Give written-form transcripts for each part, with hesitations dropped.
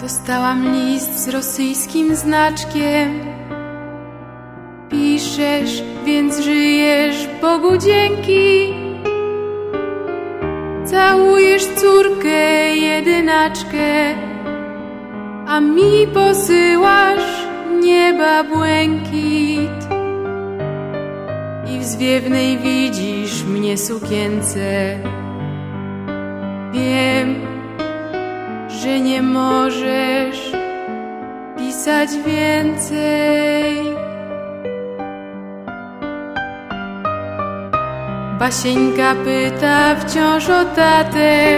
Dostałam list z rosyjskim znaczkiem. Piszesz, więc żyjesz, Bogu dzięki. Całujesz córkę, jedynaczkę, a mi posyłasz nieba błękit. I w zwiewnej widzisz mnie sukience. Wiem, że nie możesz pisać więcej. Basieńka pyta wciąż o tatę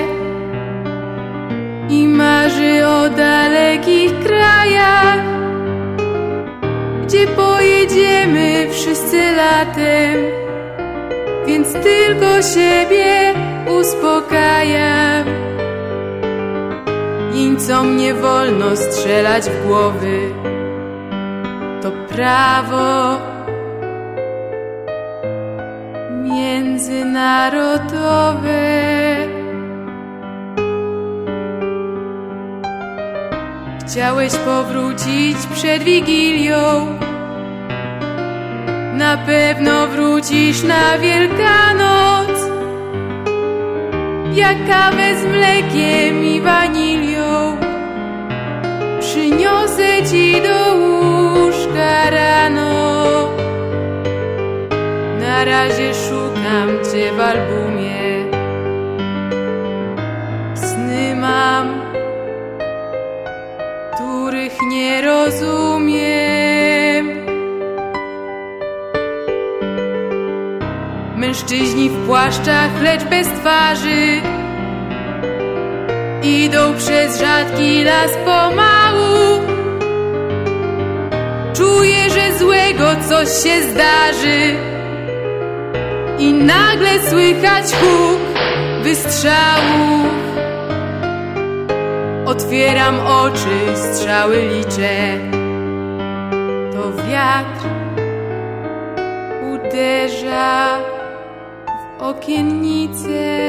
i marzy o dalekich krajach, gdzie pojedziemy wszyscy latem, więc tylko siebie uspokajam. Jeńcom nie wolno strzelać w głowy, to prawo międzynarodowe. Chciałeś powrócić przed Wigilią, na pewno wrócisz na Wielkanoc. Jak kawę z mlekiem i wanilią przyniosę ci do łóżka rano. Na razie szukam cię w albumie. Sny mam, których nie rozumiem. Mężczyźni w płaszczach, lecz bez twarzy, idą przez rzadki las pomału. Czuję, że złego coś się zdarzy i nagle słychać huk wystrzałów. Otwieram oczy, strzały liczę. To wiatr uderza w okiennicę.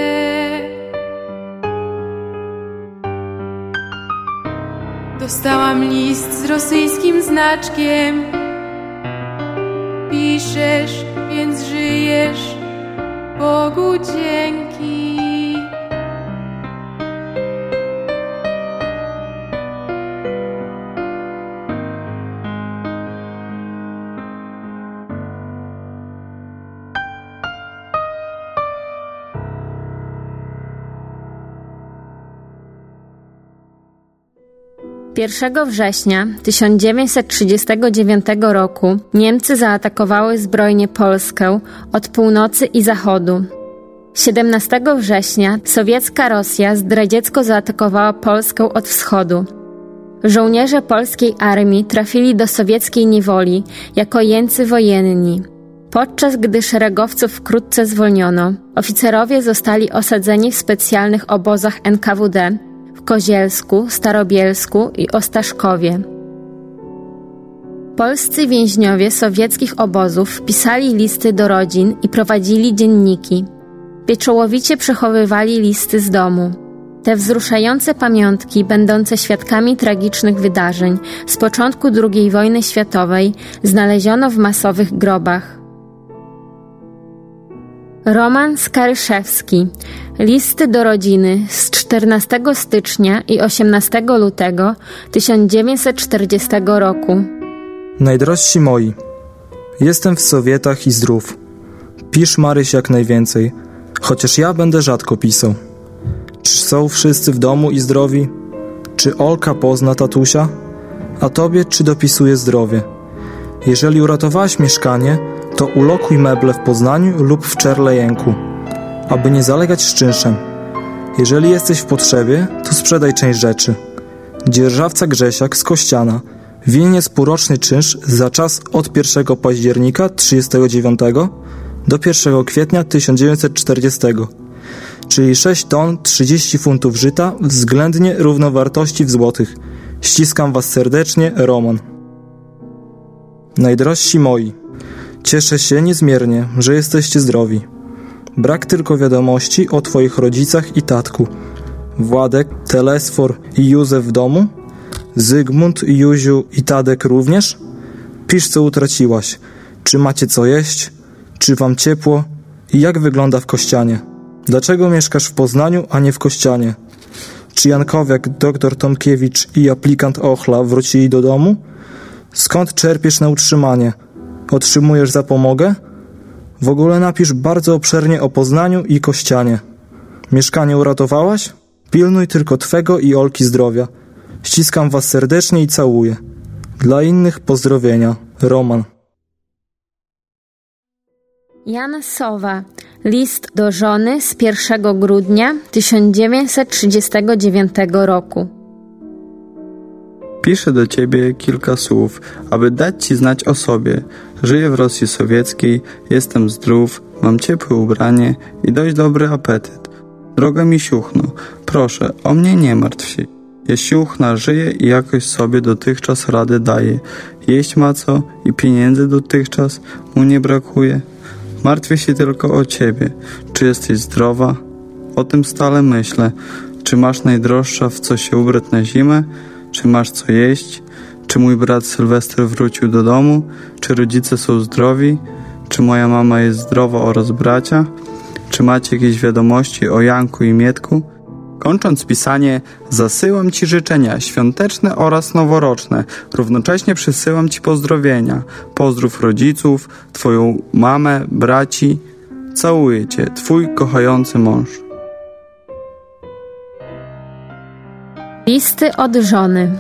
Dostałam list z rosyjskim znaczkiem. Piszesz, więc żyjesz, Bogu dzięki. Pierwszego września 1939 roku Niemcy zaatakowały zbrojnie Polskę od północy i zachodu. 17 września sowiecka Rosja zdradziecko zaatakowała Polskę od wschodu. Żołnierze polskiej armii trafili do sowieckiej niewoli jako jeńcy wojenni. Podczas gdy szeregowców wkrótce zwolniono, oficerowie zostali osadzeni w specjalnych obozach NKWD w Kozielsku, Starobielsku i Ostaszkowie. Polscy więźniowie sowieckich obozów pisali listy do rodzin i prowadzili dzienniki. Pieczołowicie przechowywali listy z domu. Te wzruszające pamiątki, będące świadkami tragicznych wydarzeń z początku II wojny światowej, znaleziono w masowych grobach. Roman Skaryszewski. Listy do rodziny z 14 stycznia i 18 lutego 1940 roku. Najdrożsi moi, jestem w Sowietach i zdrów. Pisz, Maryś, jak najwięcej, chociaż ja będę rzadko pisał. Czy są wszyscy w domu i zdrowi? Czy Olka pozna tatusia? A tobie czy dopisuje zdrowie? Jeżeli uratowałaś mieszkanie, to ulokuj meble w Poznaniu lub w Czerlejenku, aby nie zalegać z czynszem. Jeżeli jesteś w potrzebie, to sprzedaj część rzeczy. Dzierżawca Grzesiak z Kościana winien półroczny czynsz za czas od 1 października 1939 do 1 kwietnia 1940, czyli 6 ton 30 funtów żyta względnie równowartości w złotych. Ściskam was serdecznie, Roman. Najdrożsi moi, cieszę się niezmiernie, że jesteście zdrowi. Brak tylko wiadomości o twoich rodzicach i tatku. Władek, Telesfor i Józef w domu? Zygmunt, Józiu i Tadek również? Pisz, co utraciłaś. Czy macie co jeść? Czy wam ciepło? I jak wygląda w Kościanie? Dlaczego mieszkasz w Poznaniu, a nie w Kościanie? Czy Jankowiak, doktor Tomkiewicz i aplikant Ochla wrócili do domu? Skąd czerpiesz na utrzymanie? Otrzymujesz zapomogę? W ogóle napisz bardzo obszernie o Poznaniu i Kościanie. Mieszkanie uratowałaś? Pilnuj tylko twego i Olki zdrowia. Ściskam was serdecznie i całuję. Dla innych pozdrowienia. Roman. Jan Sowa. List do żony z 1 grudnia 1939 roku. Piszę do ciebie kilka słów, aby dać ci znać o sobie. Żyję w Rosji Sowieckiej, jestem zdrów, mam ciepłe ubranie i dość dobry apetyt. Droga Misiuchno, proszę, o mnie nie martw się. Jasiuchna żyje i jakoś sobie dotychczas radę daje. Jeść ma co i pieniędzy dotychczas mu nie brakuje. Martwię się tylko o ciebie. Czy jesteś zdrowa? O tym stale myślę. Czy masz najdroższa w co się ubrać na zimę? Czy masz co jeść? Czy mój brat Sylwester wrócił do domu? Czy rodzice są zdrowi? Czy moja mama jest zdrowa oraz bracia? Czy macie jakieś wiadomości o Janku i Mietku? Kończąc pisanie, zasyłam ci życzenia świąteczne oraz noworoczne. Równocześnie przysyłam ci pozdrowienia. Pozdrów rodziców, twoją mamę, braci. Całuję cię, twój kochający mąż. Listy od żony.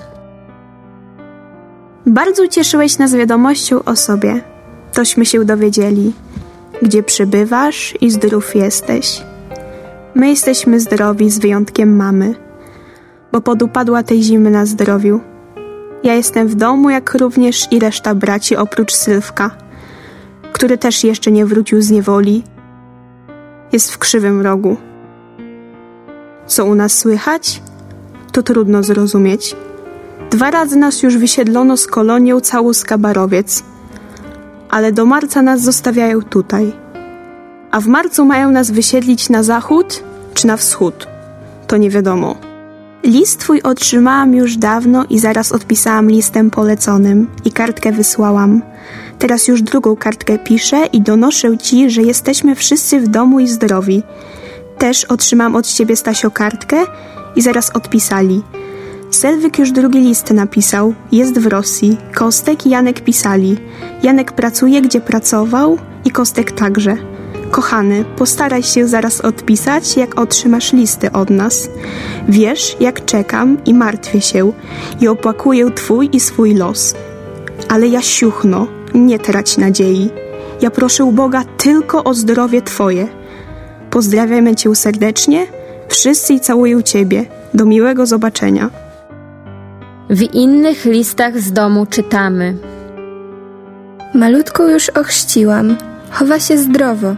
Bardzo cieszyłeś nas wiadomością o sobie. Tośmy się dowiedzieli, gdzie przebywasz i zdrów jesteś. My jesteśmy zdrowi z wyjątkiem mamy, bo podupadła tej zimy na zdrowiu. Ja jestem w domu, jak również i reszta braci oprócz Sylwka, który też jeszcze nie wrócił z niewoli. Jest w Krzywym Rogu. Co u nas słychać? To trudno zrozumieć. 2 razy nas już wysiedlono z kolonią Całuska-Barowiec, ale do marca nas zostawiają tutaj. A w marcu mają nas wysiedlić na zachód czy na wschód? To nie wiadomo. List twój otrzymałam już dawno i zaraz odpisałam listem poleconym i kartkę wysłałam. Teraz już drugą kartkę piszę i donoszę ci, że jesteśmy wszyscy w domu i zdrowi. Też otrzymam od ciebie, Stasio, kartkę i zaraz odpisali. Selwyk już drugi list napisał, jest w Rosji. Kostek i Janek pisali. Janek pracuje, gdzie pracował i Kostek także. Kochany, postaraj się zaraz odpisać, jak otrzymasz listy od nas. Wiesz, jak czekam i martwię się i opłakuję twój i swój los. Ale Jasiuchno, nie trać nadziei. Ja proszę Boga tylko o zdrowie twoje. Pozdrawiamy cię serdecznie, wszyscy i całuję ciebie. Do miłego zobaczenia. W innych listach z domu czytamy. Malutką już ochrzciłam, chowa się zdrowo.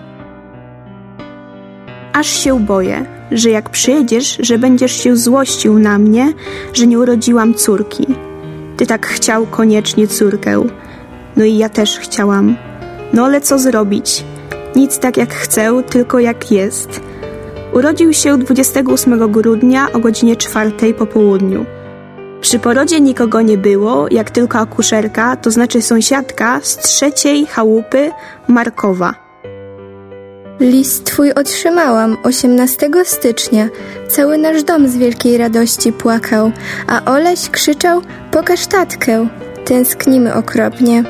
Aż się boję, że jak przyjedziesz, że będziesz się złościł na mnie, że nie urodziłam córki. Ty tak chciał koniecznie córkę. No i ja też chciałam. No ale co zrobić? Nic tak jak chcę, tylko jak jest. Urodził się 28 grudnia o godzinie 4 po południu. Przy porodzie nikogo nie było, jak tylko akuszerka, to znaczy sąsiadka z 3. chałupy Markowa. List twój otrzymałam 18 stycznia. Cały nasz dom z wielkiej radości płakał, a Oleś krzyczał: pokaż tatkę. Tęsknimy okropnie.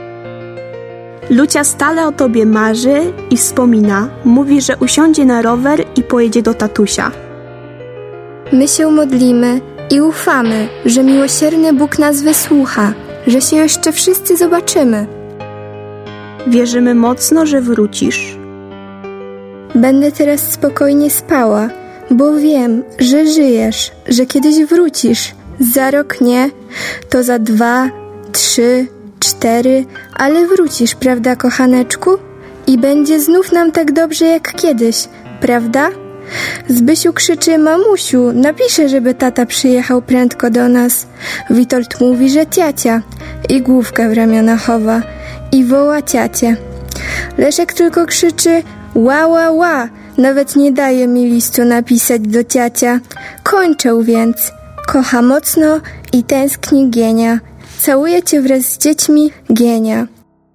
Lucia stale o tobie marzy i wspomina. Mówi, że usiądzie na rower i pojedzie do tatusia. My się modlimy i ufamy, że miłosierny Bóg nas wysłucha, że się jeszcze wszyscy zobaczymy. Wierzymy mocno, że wrócisz. Będę teraz spokojnie spała, bo wiem, że żyjesz, że kiedyś wrócisz. Za rok nie, to za 2, 3, 4, ale wrócisz, prawda, kochaneczku? I będzie znów nam tak dobrze jak kiedyś, prawda? Zbysiu krzyczy: mamusiu, napiszę, żeby tata przyjechał prędko do nas. Witold mówi, że ciacia i główkę w ramiona chowa i woła ciacie. Leszek tylko krzyczy: ła, ła, ła, nawet nie daje mi listu napisać do ciacia. Kończę więc. Kocha mocno i tęskni Gienia. Całuję cię wraz z dziećmi, Gienia.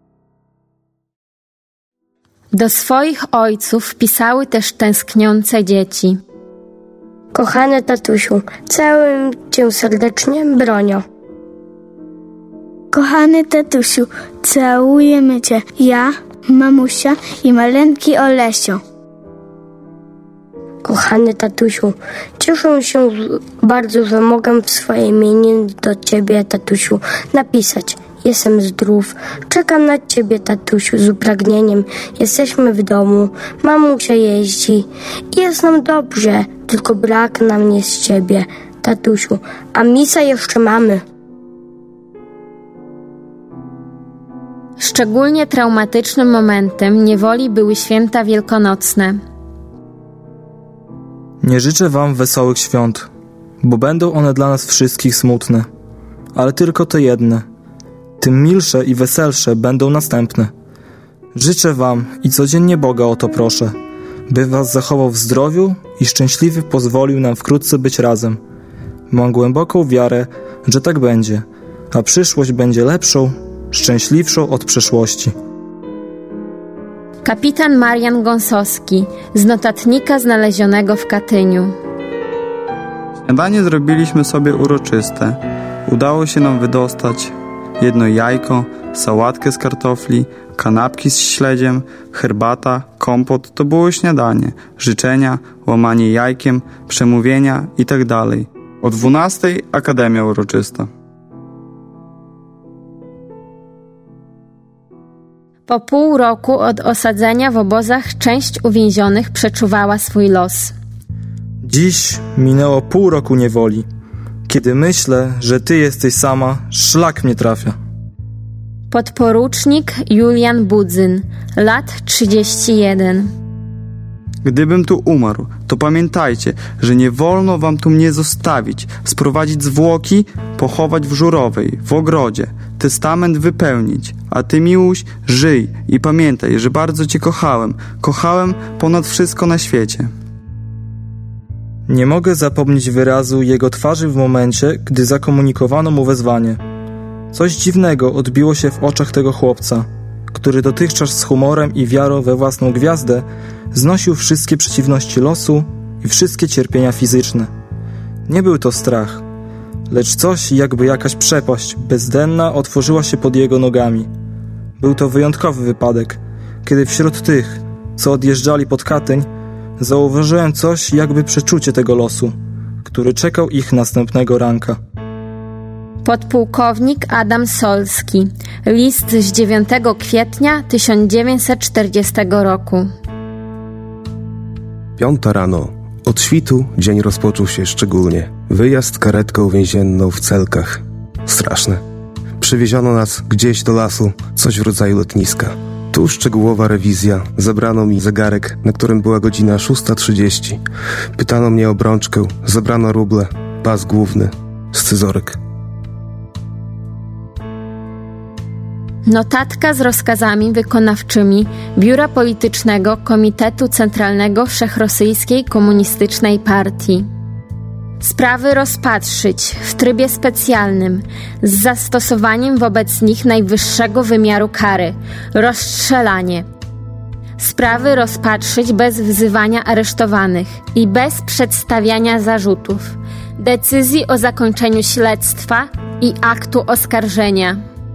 Do swoich ojców pisały też tęskniące dzieci. Kochany tatusiu, całuję cię serdecznie, Bronio. Kochany tatusiu, całujemy cię, ja, mamusia i maleńki Olesio. Kochany tatusiu, cieszę się bardzo, że mogę w swojej imieniu do ciebie, tatusiu, napisać. Jestem zdrów, czekam na ciebie, tatusiu, z upragnieniem. Jesteśmy w domu, mamusia jeździ i jest nam dobrze, tylko brak nam jest ciebie, tatusiu, a misa jeszcze mamy. Szczególnie traumatycznym momentem niewoli były święta wielkanocne. Nie życzę wam wesołych świąt, bo będą one dla nas wszystkich smutne, ale tylko te jedne. Tym milsze i weselsze będą następne. Życzę wam i codziennie Boga o to proszę, by was zachował w zdrowiu i szczęśliwy pozwolił nam wkrótce być razem. Mam głęboką wiarę, że tak będzie, a przyszłość będzie lepszą, szczęśliwszą od przeszłości. Kapitan Marian Gąsowski z notatnika znalezionego w Katyniu. Śniadanie zrobiliśmy sobie uroczyste. Udało się nam wydostać jedno jajko, sałatkę z kartofli, kanapki z śledziem, herbata, kompot. To było śniadanie, życzenia, łamanie jajkiem, przemówienia itd. O 12:00 akademia uroczysta. Po pół roku od osadzenia w obozach część uwięzionych przeczuwała swój los. Dziś minęło pół roku niewoli. Kiedy myślę, że ty jesteś sama, szlak mnie trafia. Podporucznik Julian Budzyn, lat 31. Gdybym tu umarł, to pamiętajcie, że nie wolno wam tu mnie zostawić, sprowadzić zwłoki, pochować w Żurowej, w ogrodzie, testament wypełnić. A ty, Miłuś, żyj i pamiętaj, że bardzo cię kochałem ponad wszystko na świecie. Nie mogę zapomnieć wyrazu jego twarzy w momencie, gdy zakomunikowano mu wezwanie. Coś dziwnego odbiło się w oczach tego chłopca, który dotychczas z humorem i wiarą we własną gwiazdę znosił wszystkie przeciwności losu i wszystkie cierpienia fizyczne. Nie był to strach, lecz coś jakby jakaś przepaść bezdenna otworzyła się pod jego nogami. Był to wyjątkowy wypadek, kiedy wśród tych, co odjeżdżali pod Katyń, zauważyłem coś jakby przeczucie tego losu, który czekał ich następnego ranka. Podpułkownik Adam Solski. List z 9 kwietnia 1940 roku. 5 rano. Od świtu dzień rozpoczął się szczególnie. Wyjazd karetką więzienną w Celkach. Straszne. Przywieziono nas gdzieś do lasu, coś w rodzaju lotniska. Tu szczegółowa rewizja. Zabrano mi zegarek, na którym była godzina 6:30. Pytano mnie o brączkę, zabrano ruble, pas główny, scyzoryk. Notatka z rozkazami wykonawczymi Biura Politycznego Komitetu Centralnego Wszechrosyjskiej Komunistycznej Partii. Sprawy rozpatrzyć w trybie specjalnym z zastosowaniem wobec nich najwyższego wymiaru kary – rozstrzelanie. Sprawy rozpatrzyć bez wzywania aresztowanych i bez przedstawiania zarzutów, decyzji o zakończeniu śledztwa i aktu oskarżenia.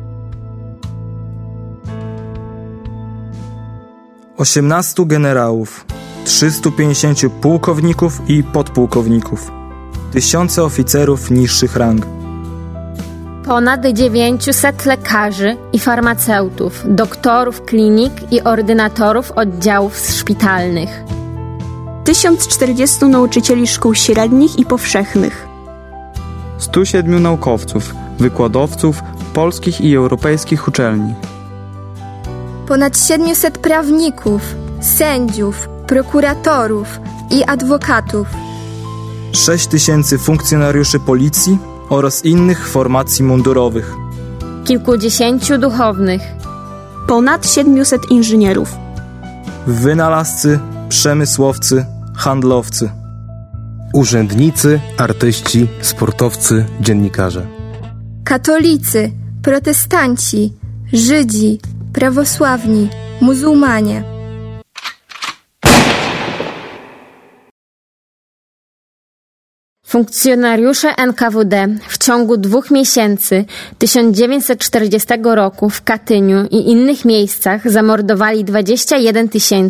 18 generałów, 350 pułkowników i podpułkowników, tysiące oficerów niższych rang. Ponad 900 lekarzy i farmaceutów, doktorów klinik i ordynatorów oddziałów szpitalnych. 1040 nauczycieli szkół średnich i powszechnych. 107 naukowców, wykładowców polskich i europejskich uczelni. Ponad 700 prawników, sędziów, prokuratorów i adwokatów. 6000 funkcjonariuszy policji oraz innych formacji mundurowych. Kilkudziesięciu duchownych. Ponad 700 inżynierów. Wynalazcy, przemysłowcy, handlowcy. Urzędnicy, artyści, sportowcy, dziennikarze. Katolicy, protestanci, Żydzi, prawosławni, muzułmanie. Funkcjonariusze NKWD w ciągu 2 miesięcy 1940 roku w Katyniu i innych miejscach zamordowali 21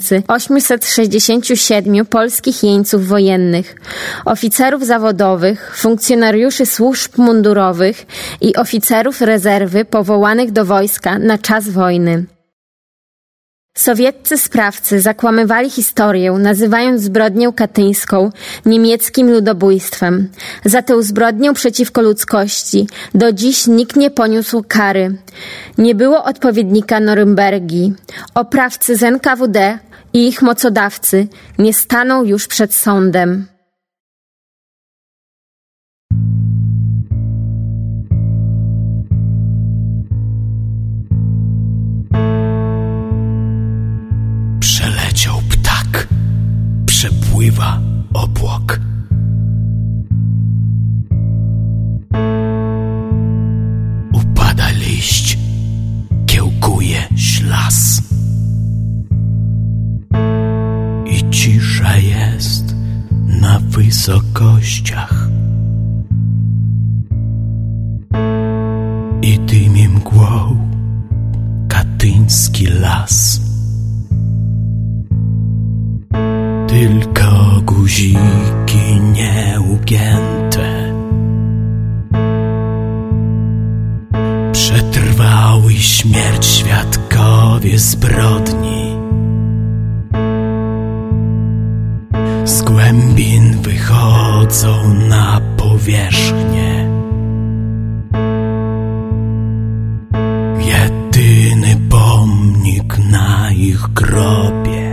867 polskich jeńców wojennych, oficerów zawodowych, funkcjonariuszy służb mundurowych i oficerów rezerwy powołanych do wojska na czas wojny. Sowieccy sprawcy zakłamywali historię, nazywając zbrodnię katyńską niemieckim ludobójstwem. Za tę zbrodnię przeciwko ludzkości do dziś nikt nie poniósł kary. Nie było odpowiednika Norymbergi. Oprawcy z NKWD i ich mocodawcy nie staną już przed sądem. Przeleciał ptak, przepływa obłok. Upada liść, kiełkuje ślas. I cisza jest na wysokościach. I dymie mgłą katyński las. Tylko guziki nieugięte przetrwały śmierć świadkowie zbrodni. Z głębin wychodzą na powierzchnię. Jedyny pomnik na ich grobie.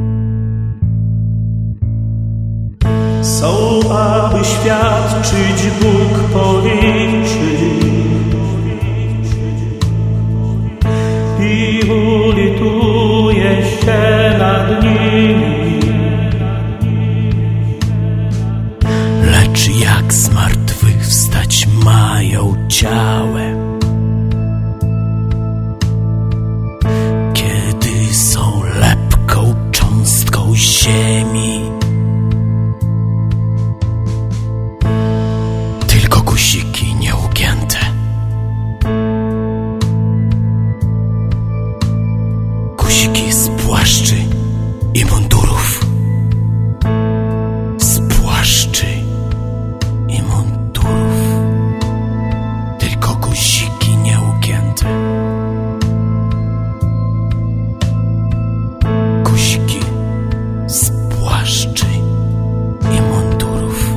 Są, aby świadczyć, Bóg policzy i ulituje się nad nimi. Lecz jak zmartwychwstać mają ciałem, kiedy są lepką cząstką ziemi? Tylko guziki nieugięte. Guziki z płaszczy i mundurów. Z płaszczy i mundurów. Tylko guziki nieugięte. Guziki z płaszczy i mundurów.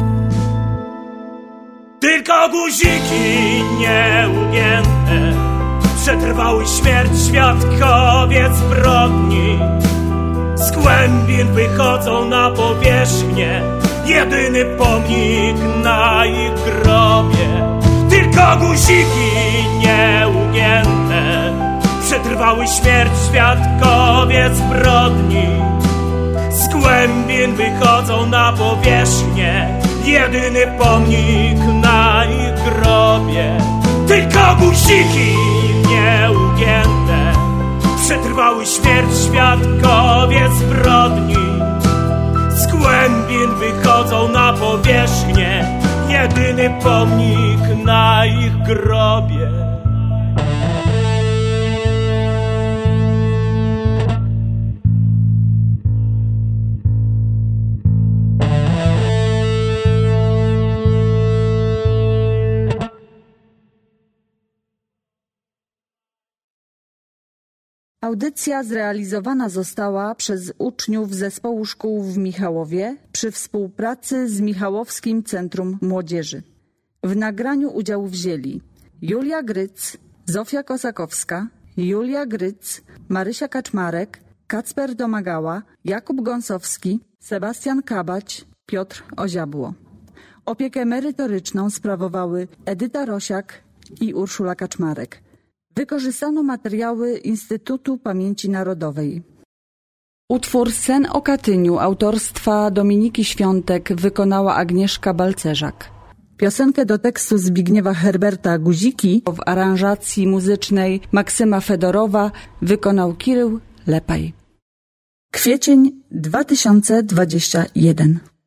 Tylko guziki nieugięte przetrwały śmierć świadkowie zbrodni. Z głębin wychodzą na powierzchnię, jedyny pomnik na ich grobie. Tylko guziki nieugięte przetrwały śmierć świadkowie zbrodni. Z głębin wychodzą na powierzchnię, jedyny pomnik na ich grobie. Tylko guziki nieugięte przetrwały śmierć świadkowie zbrodni. Z głębin wychodzą na powierzchnię, jedyny pomnik na ich grobie. Audycja zrealizowana została przez uczniów Zespołu Szkół w Michałowie przy współpracy z Michałowskim Centrum Młodzieży. W nagraniu udział wzięli Julia Gryc, Zofia Kosakowska, Julia Gryc, Marysia Kaczmarek, Kacper Domagała, Jakub Gąsowski, Sebastian Kabać, Piotr Oziabło. Opiekę merytoryczną sprawowały Edyta Rosiak i Urszula Kaczmarek. Wykorzystano materiały Instytutu Pamięci Narodowej. Utwór Sen o Katyniu autorstwa Dominiki Świątek wykonała Agnieszka Balcerzak. Piosenkę do tekstu Zbigniewa Herberta Guziki w aranżacji muzycznej Maksyma Fedorowa wykonał Kirył Lepaj. Kwiecień 2021.